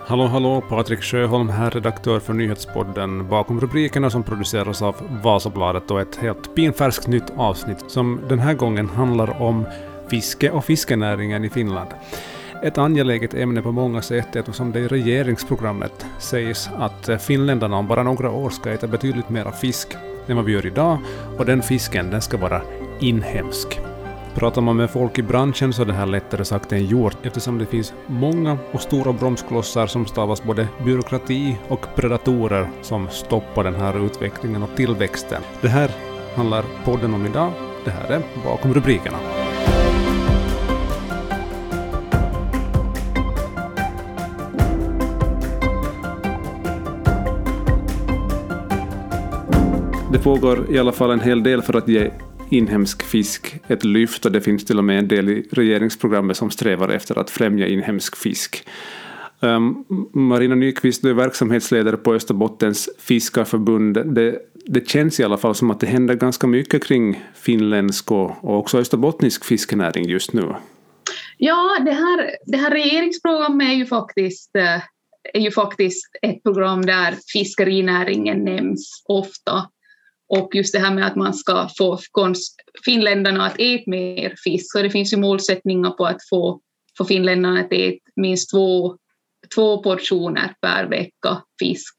Hallå, Patrik Sjöholm här, redaktör för nyhetspodden Bakom rubrikerna som produceras av Vasabladet och ett helt pinfärskt nytt avsnitt som den här gången handlar om fiske och fiskenäringen i Finland. Ett angeläget ämne på många sätt eftersom det i regeringsprogrammet sägs att finländarna om bara några år ska äta betydligt mer fisk än vad vi gör idag och den fisken den ska vara inhemsk. Pratar man med folk i branschen så är det här lättare sagt än gjort eftersom det finns många och stora bromsklossar som stavas både byråkrati och predatorer som stoppar den här utvecklingen och tillväxten. Det här handlar podden om idag. Det här är Bakom rubrikerna. Det pågår i alla fall en hel del för att ge inhemsk fisk ett lyft och det finns till och med en del i regeringsprogrammet som strävar efter att främja inhemsk fisk. Marina Nyqvist, du är verksamhetsledare på Österbottens fiskarförbund. Det känns i alla fall som att det händer ganska mycket kring finländsk och också österbottnisk fiskenäring just nu. Ja, det här regeringsprogrammet är ju faktiskt ett program där fiskerinäringen nämns ofta. Och just det här med att man ska få finländarna att äta mer fisk. Så det finns ju målsättningar på att få finländarna att äta minst två portioner per vecka fisk.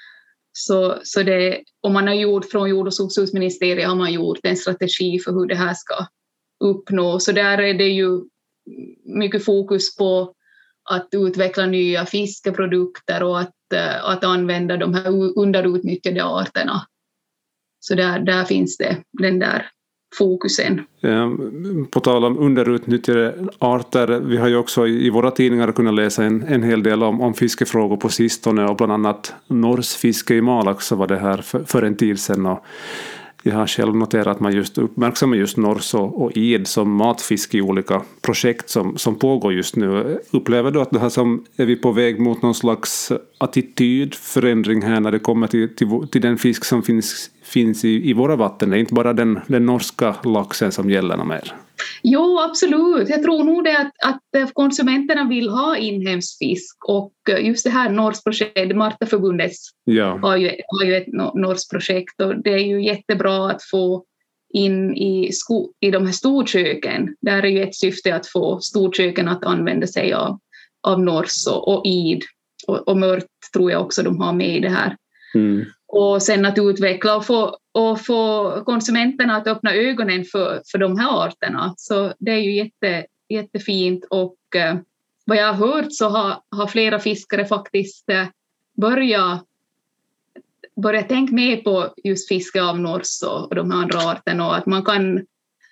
Så det, om man har gjort från jord- och skogsbruksministeriet har man gjort en strategi för hur det här ska uppnås. Så där är det ju mycket fokus på att utveckla nya fiskeprodukter och att använda de här underutnyttjade arterna. Så där finns det den där fokusen. På tal om underutnyttjade arter, vi har ju också i våra tidningar kunnat läsa en hel del om fiskefrågor på sistone och bland annat norrsfiske i Malax så var det här för en tid sedan och jag har själv noterat att man just uppmärksammar just nors och id som matfisk i olika projekt som pågår just nu. Upplever du att det här som är vi på väg mot någon slags attitydförändring här när det kommer till den fisk som finns i våra vatten? Det är inte bara den norska laxen som gäller mer. Jo, absolut. Jag tror nog det att konsumenterna vill ha inhemsk fisk och just det här Norrsprojektet, Martaförbundets har ju ett Norrsprojekt och det är ju jättebra att få in i de här storköken. Där är ju ett syfte att få storköken att använda sig av nors och id och mört tror jag också de har med i det här. Mm. Och sen att utveckla och få konsumenterna att öppna ögonen för de här arterna. Så det är ju jättefint och vad jag har hört så har flera fiskare faktiskt börjat tänka mer på just fiske av nors och de här andra arterna och att man kan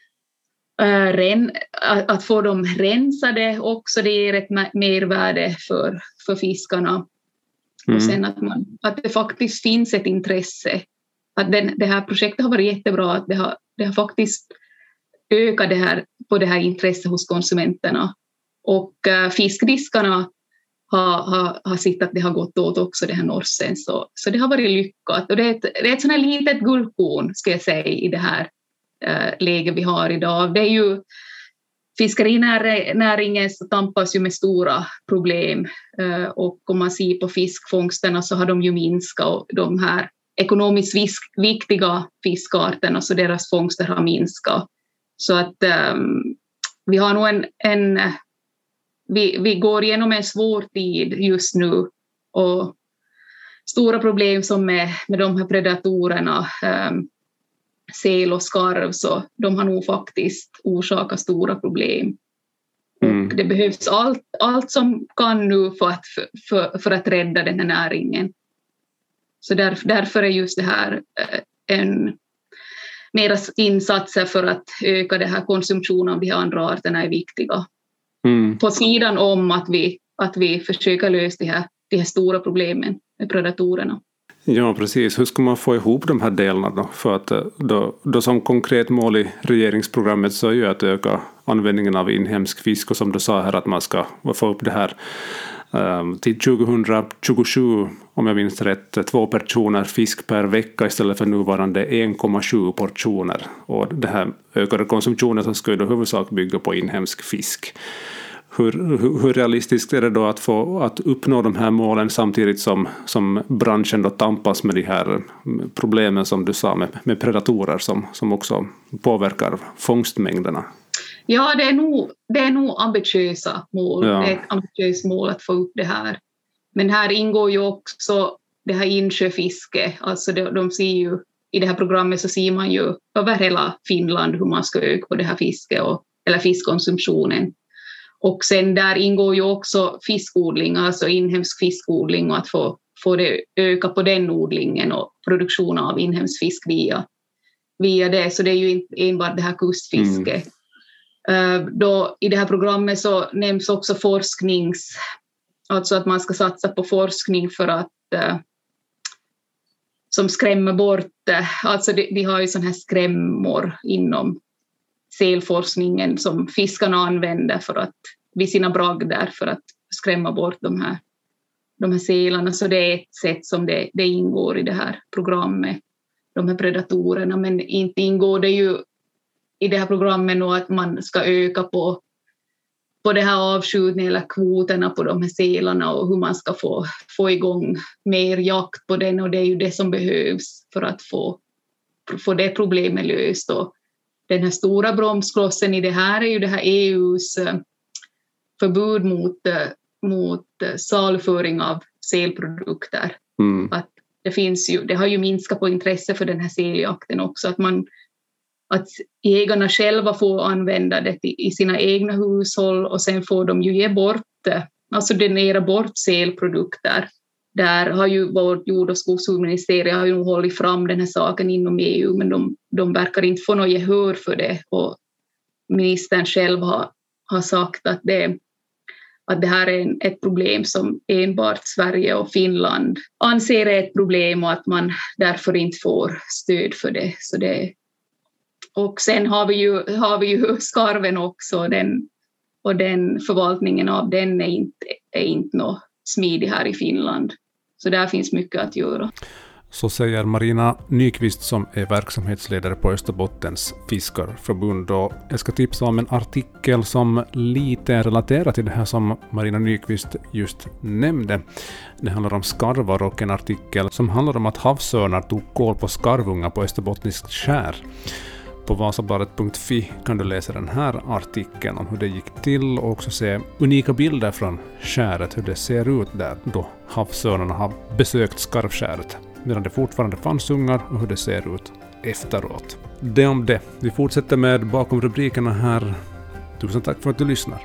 att få dem rensade också, det ger ett mervärde för fiskarna. Och sen att det faktiskt finns ett intresse. Att det här projektet har varit jättebra. Att det har faktiskt ökat det här intresset hos konsumenterna. Och fiskdiskarna har sett att det har gått åt också det här norsen. Så det har varit lyckat. Och det är ett sånt här litet guldkorn ska jag säga i det här läget vi har idag. Det är ju fiskerinäringen så tampas ju med stora problem och om man ser på fiskfångsterna så har de ju minskat och de här ekonomiskt viktiga fiskarterna så deras fångster har minskat. Så att vi har nog vi går igenom en svår tid just nu och stora problem som med de här predatorerna säl och skarv så de har nog faktiskt orsakat stora problem. Och det behövs allt som kan nu för att rädda den här näringen. Så därför är just det här mera insatser för att öka det här konsumtionen av de här andra arterna är viktiga. På sidan om att vi försöker lösa de här stora problemen med predatorerna. Ja, precis. Hur ska man få ihop de här delarna då? För att då som konkret mål i regeringsprogrammet så är ju att öka användningen av inhemsk fisk och som du sa här att man ska få upp det här till 2027 om jag minns rätt 2 portioner fisk per vecka istället för nuvarande 1,7 portioner. Och det här ökade konsumtionen så ska ju då huvudsak bygga på inhemsk fisk. hur realistiskt är det då att uppnå de här målen samtidigt som branschen då tampas med de här problemen som du sa med predatorer som också påverkar fångstmängderna? Ja, det är nog ambitiösa mål. Ja. Det är ett ambitiöst mål att få upp det här. Men här ingår ju också det här insjöfiske. Alltså de ser ju, i det här programmet så ser man ju över hela Finland hur man ska öka på det här fisket eller fiskkonsumtionen. Och sen där ingår ju också fiskodling, alltså inhemsk fiskodling, och att få det öka på den odlingen och produktion av inhemsk fisk via det. Så det är ju inte enbart det här kustfiske. Då i det här programmet så nämns också alltså att man ska satsa på forskning för att som skrämmer bort, alltså de har ju sådana här skrämmor inom selforskningen som fiskarna använder vid sina bragder för att skrämma bort de här selarna. Så det är ett sätt som det ingår i det här programmet, de här predatorerna. Men inte ingår det ju i det här programmet nog att man ska öka på det här avskjutningen eller kvoterna på de här selarna och hur man ska få igång mer jakt på den, och det är ju det som behövs för att få det problemet löst. Och den här stora bromsklossen i det här är ju det här EUs förbud mot saluföring av selprodukter. Att det har ju minskat på intresse för den här seljakten också, att ägarna själva får använda det i sina egna hushåll, och sen får de ju ge bort, alltså donera bort selprodukter. Där har ju vårt jord- och skogsministerium har ju hållit fram den här saken inom EU, men de verkar inte få något gehör för det, och ministern själv har sagt att det här är ett problem som enbart Sverige och Finland anser är ett problem, och att man därför inte får stöd för det. Och sen har vi ju skarven också, och den förvaltningen av den är inte något smidig här i Finland. Så där finns mycket att göra. Så säger Marina Nyqvist som är verksamhetsledare på Österbottens fiskarförbund. Och jag ska tipsa om en artikel som lite är relaterad till det här som Marina Nyqvist just nämnde. Det handlar om skarvar, och en artikel som handlar om att havsörnar tog kål på skarvungar på Österbottniskt skär. På vasabladet.fi kan du läsa den här artikeln om hur det gick till och också se unika bilder från skäret, hur det ser ut där då havsörnarna har besökt skarvskäret, medan det fortfarande fanns ungar, och hur det ser ut efteråt. Det om det. Vi fortsätter med bakom rubrikerna här. Tusen tack för att du lyssnar.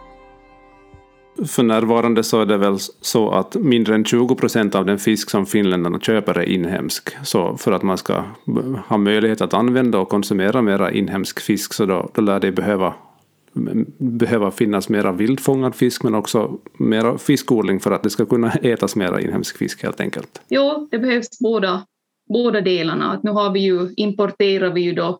För närvarande så är det väl så att mindre än 20% av den fisk som finländarna köper är inhemsk. Så för att man ska ha möjlighet att använda och konsumera mera inhemsk fisk, så då lär det behöva finnas mera vildfångad fisk, men också mera fiskodling för att det ska kunna ätas mera inhemsk fisk helt enkelt. Jo, det behövs båda delarna. Att nu importerar vi ju då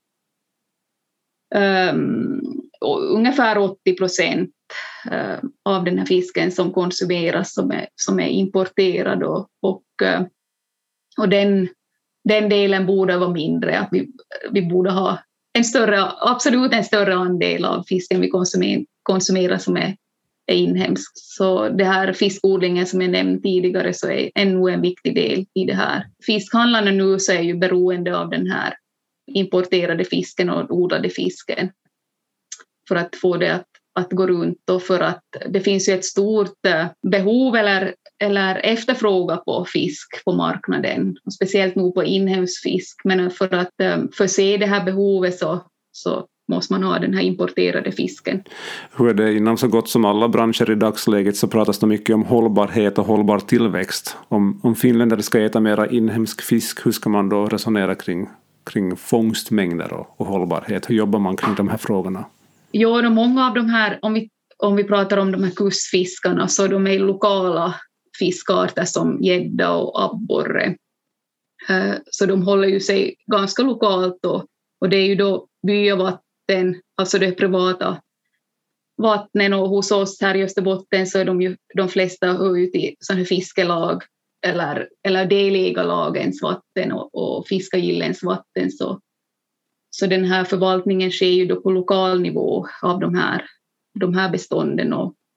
ungefär 80% av den här fisken som konsumeras som är importerad, och den delen borde vara mindre. Att vi borde ha absolut en större andel av fisken vi konsumerar som är inhemsk. Så det här fiskodlingen som jag nämnde tidigare så är ännu en viktig del i det här. Fiskhandlarna nu så är ju beroende av den här importerade fisken och odlade fisken för att få det att gå runt, och för att det finns ju ett stort behov eller efterfråga på fisk på marknaden, och speciellt nu på inhemsk fisk. Men för att förse det här behovet så måste man ha den här importerade fisken. Hur är det inom så gott som alla branscher i dagsläget, så pratas det mycket om hållbarhet och hållbar tillväxt. Om finländare ska äta mera inhemsk fisk, hur ska man då resonera kring fångstmängder och hållbarhet? Hur jobbar man kring de här frågorna? Ja, många av de här, om vi pratar om de här kustfiskarna, så de är lokala fiskarter som gädda och abborre. Så de håller ju sig ganska lokalt, och det är ju då byavatten, alltså det privata vattnen, och hos oss här i Österbotten så är de flesta hör ut i sådana här fiskelag eller delägarlagens vatten och fiskagillens vatten, så den här förvaltningen sker ju då på lokal nivå av de här bestånden,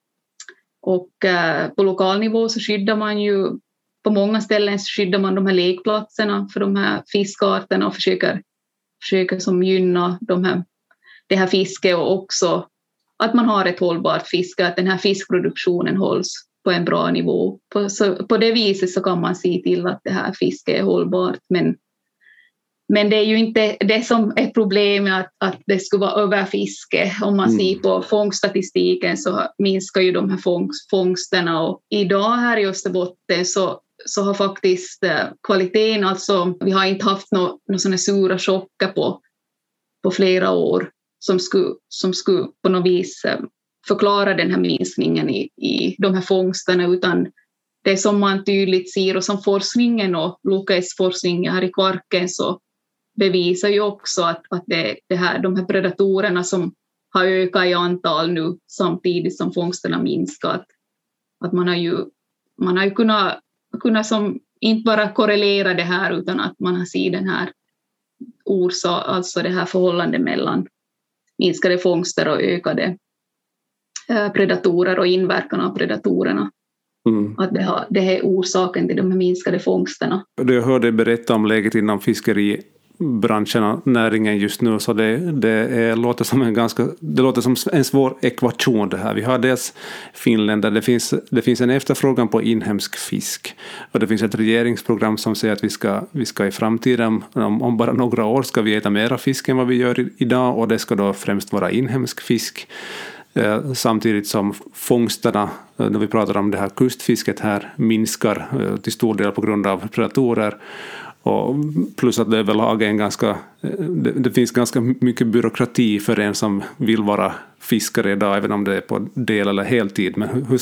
Och på lokal nivå så skyddar man ju, på många ställen så skyddar man de här lekplatserna för de här fiskarterna och försöker som gynna det här fisket, och också att man har ett hållbart fiske, att den här fiskproduktionen hålls på en bra nivå. På det viset så kan man se till att det här fisket är hållbart, men det är ju inte det som är problemet, att det skulle vara överfiske. Om man ser på fångststatistiken så minskar ju de här fångsterna, och idag här i Österbotten så har faktiskt kvaliteten, alltså vi har inte haft några sådana sura chocker på flera år som skulle på något vis förklara den här minskningen i de här fångsterna, utan det som man tydligt ser, och som forskningen och lokalisforskningen här i Kvarken så bevisar ju också att de här predatorerna som har ökat i antal nu samtidigt som fångsterna minskat, att man har ju kunnat som inte bara korrelera det här, utan att man har sett den här alltså det här förhållandet mellan minskade fångster och ökade predatorer och inverkan av predatorerna. Att det är orsaken till de här minskade fångsterna. Jag hörde berätta om läget inom fiskeribranschen, näringen just nu, så det låter som en svår ekvation det här. Vi har dels Finland där det finns en efterfrågan på inhemsk fisk, och det finns ett regeringsprogram som säger att vi ska i framtiden, om bara några år, ska vi äta mera fisk än vad vi gör idag, och det ska då främst vara inhemsk fisk. Samtidigt som fångsterna, när vi pratar om det här kustfisket här, minskar till stor del på grund av predatorer, och plus att det överlag är det finns ganska mycket byråkrati för en som vill vara fiskare idag, även om det är på del eller heltid. Men hur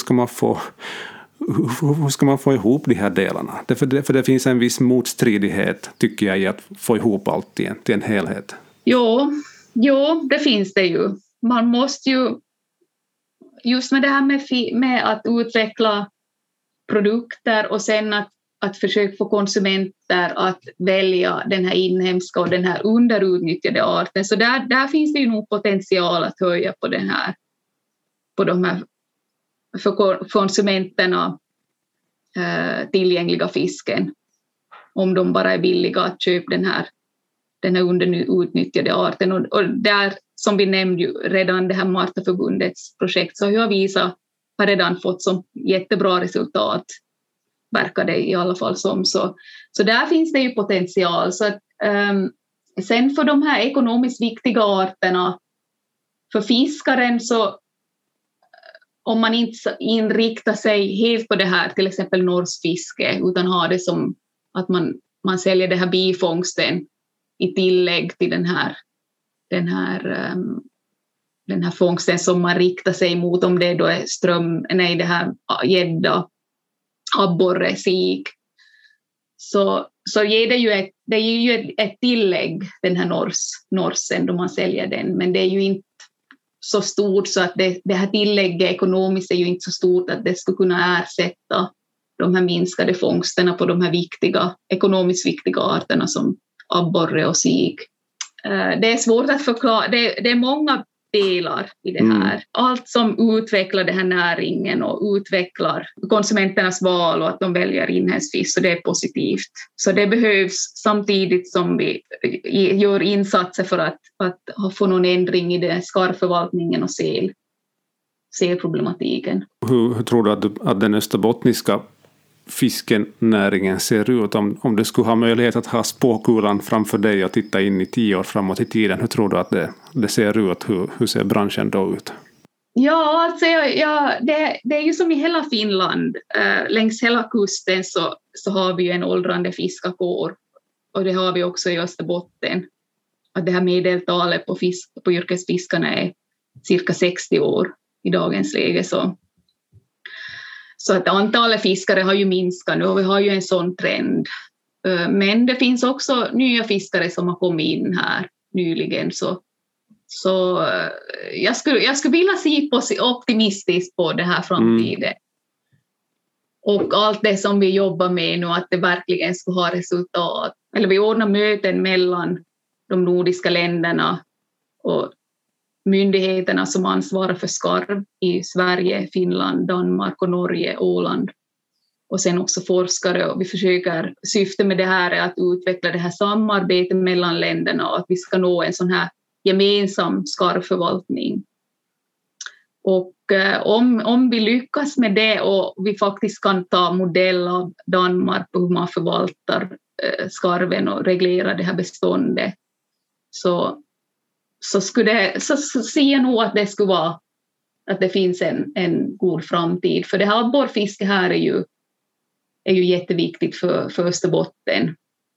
ska man få ihop de här delarna? För det finns en viss motstridighet, tycker jag, i att få ihop allt till en helhet. Jo, det finns det ju. Man måste ju, just med det här med att utveckla produkter, och sen att försöka få konsumenter att välja den här inhemska och den här underutnyttjade arten. Så där finns det ju nog potential att höja på den här, på de här för konsumenterna tillgängliga fisken. Om de bara är villiga att köpa den här underutnyttjade arten. Och där, som vi nämnde ju redan, det här Martaförbundets projekt, så har redan fått som jättebra resultat, verkar det i alla fall som. Så där finns det ju potential. Så att, sen för de här ekonomiskt viktiga arterna, för fiskaren, så om man inte inriktar sig helt på det här, till exempel norrsfiske, utan har det som att man säljer det här bifångsten i tillägg till den här fångsten som man riktar sig mot, om det då är det här gädda, abborre, sik, så ger det ju ett tillägg, den här norsen, då man säljer den, men det är ju inte så stort, så att det här tillägget ekonomiskt är ju inte så stort att det skulle kunna ersätta de här minskade fångsterna på de här ekonomiskt viktiga arterna som abborre och sik. Det är svårt att förklara, det är många delar i det här. Allt som utvecklar den här näringen och utvecklar konsumenternas val och att de väljer inhemsk fisk, så det är positivt. Så det behövs, samtidigt som vi gör insatser för att få någon ändring i den skarvförvaltningen och selproblematiken. Hur tror du att den österbottniska fiskenäringen ser ut, om du skulle ha möjlighet att ha spåkulan framför dig och titta in i 10 år framåt i tiden? Hur tror du att det ser ut? Hur ser branschen då ut? Ja, alltså, det är ju som i hela Finland. Längs hela kusten så har vi ju en åldrande fiskarkår, och det har vi också i Österbotten. Att det här medeltalet på yrkesfiskarna är cirka 60 år i dagens läge. Så att antalet fiskare har ju minskat nu, och vi har ju en sån trend. Men det finns också nya fiskare som har kommit in här nyligen. Så jag skulle vilja se optimistiskt på det här framtiden. Och allt det som vi jobbar med nu, att det verkligen ska ha resultat. Eller vi ordnar möten mellan de nordiska länderna, och myndigheterna som ansvarar för skarv i Sverige, Finland, Danmark och Norge, Åland. Och sen också forskare, och vi försöker, syftet med det här är att utveckla det här samarbetet mellan länderna och att vi ska nå en sån här gemensam skarvförvaltning. Och om vi lyckas med det och vi faktiskt kan ta modell av Danmark på hur man förvaltar skarven och reglerar det här beståndet, så ser jag nog att det skulle vara att det finns en god framtid. För det här abborrfiske här är ju jätteviktigt för Österbotten.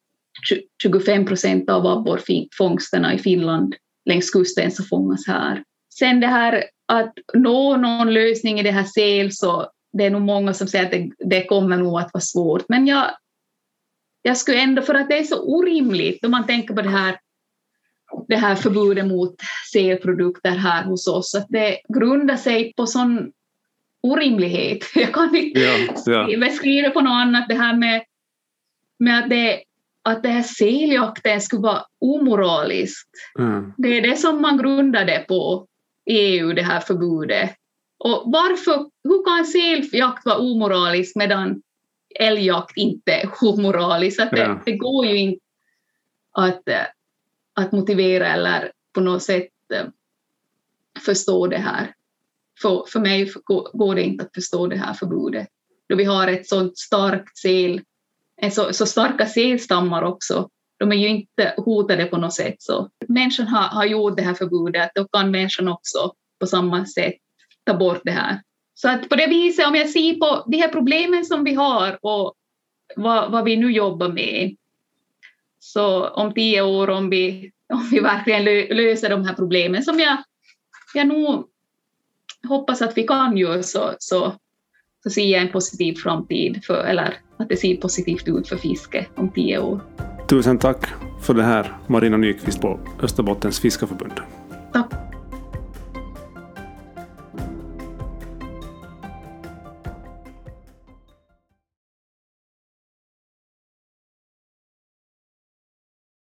25% av abborrfångsterna i Finland längs kusten så fångas här. Sen det här att nå någon lösning i det här säl, så det är nog många som säger att det kommer nog att vara svårt. Men jag skulle ändå, för att det är så orimligt om man tänker på det här förbudet mot sälprodukter här hos oss, att det grundar sig på sån orimlighet. Jag kan inte beskriva på något annat, det här med att det här säljakten skulle vara omoraliskt. Det är det som man grundade på EU, det här förbudet. Och hur kan säljakt vara omoraliskt medan älgjakt inte är omoraliskt? Det går ju inte att motivera eller på något sätt förstå det här. För mig går det inte att förstå det här förbudet. Då vi har ett sånt starkt så starka sälstammar också. De är ju inte hotade på något sätt. Så människan har gjort det här förbudet, då kan människan också på samma sätt ta bort det här. Så att på det viset, om jag ser på de här problemen som vi har och vad vi nu jobbar med, så om 10 år, om vi verkligen löser de här problemen som jag nog hoppas att vi kan göra, så ser jag en positiv framtid eller att det ser positivt ut för fiske om 10 år. Tusen tack för det här, Marina Nyqvist på Österbottens Fiskarförbund.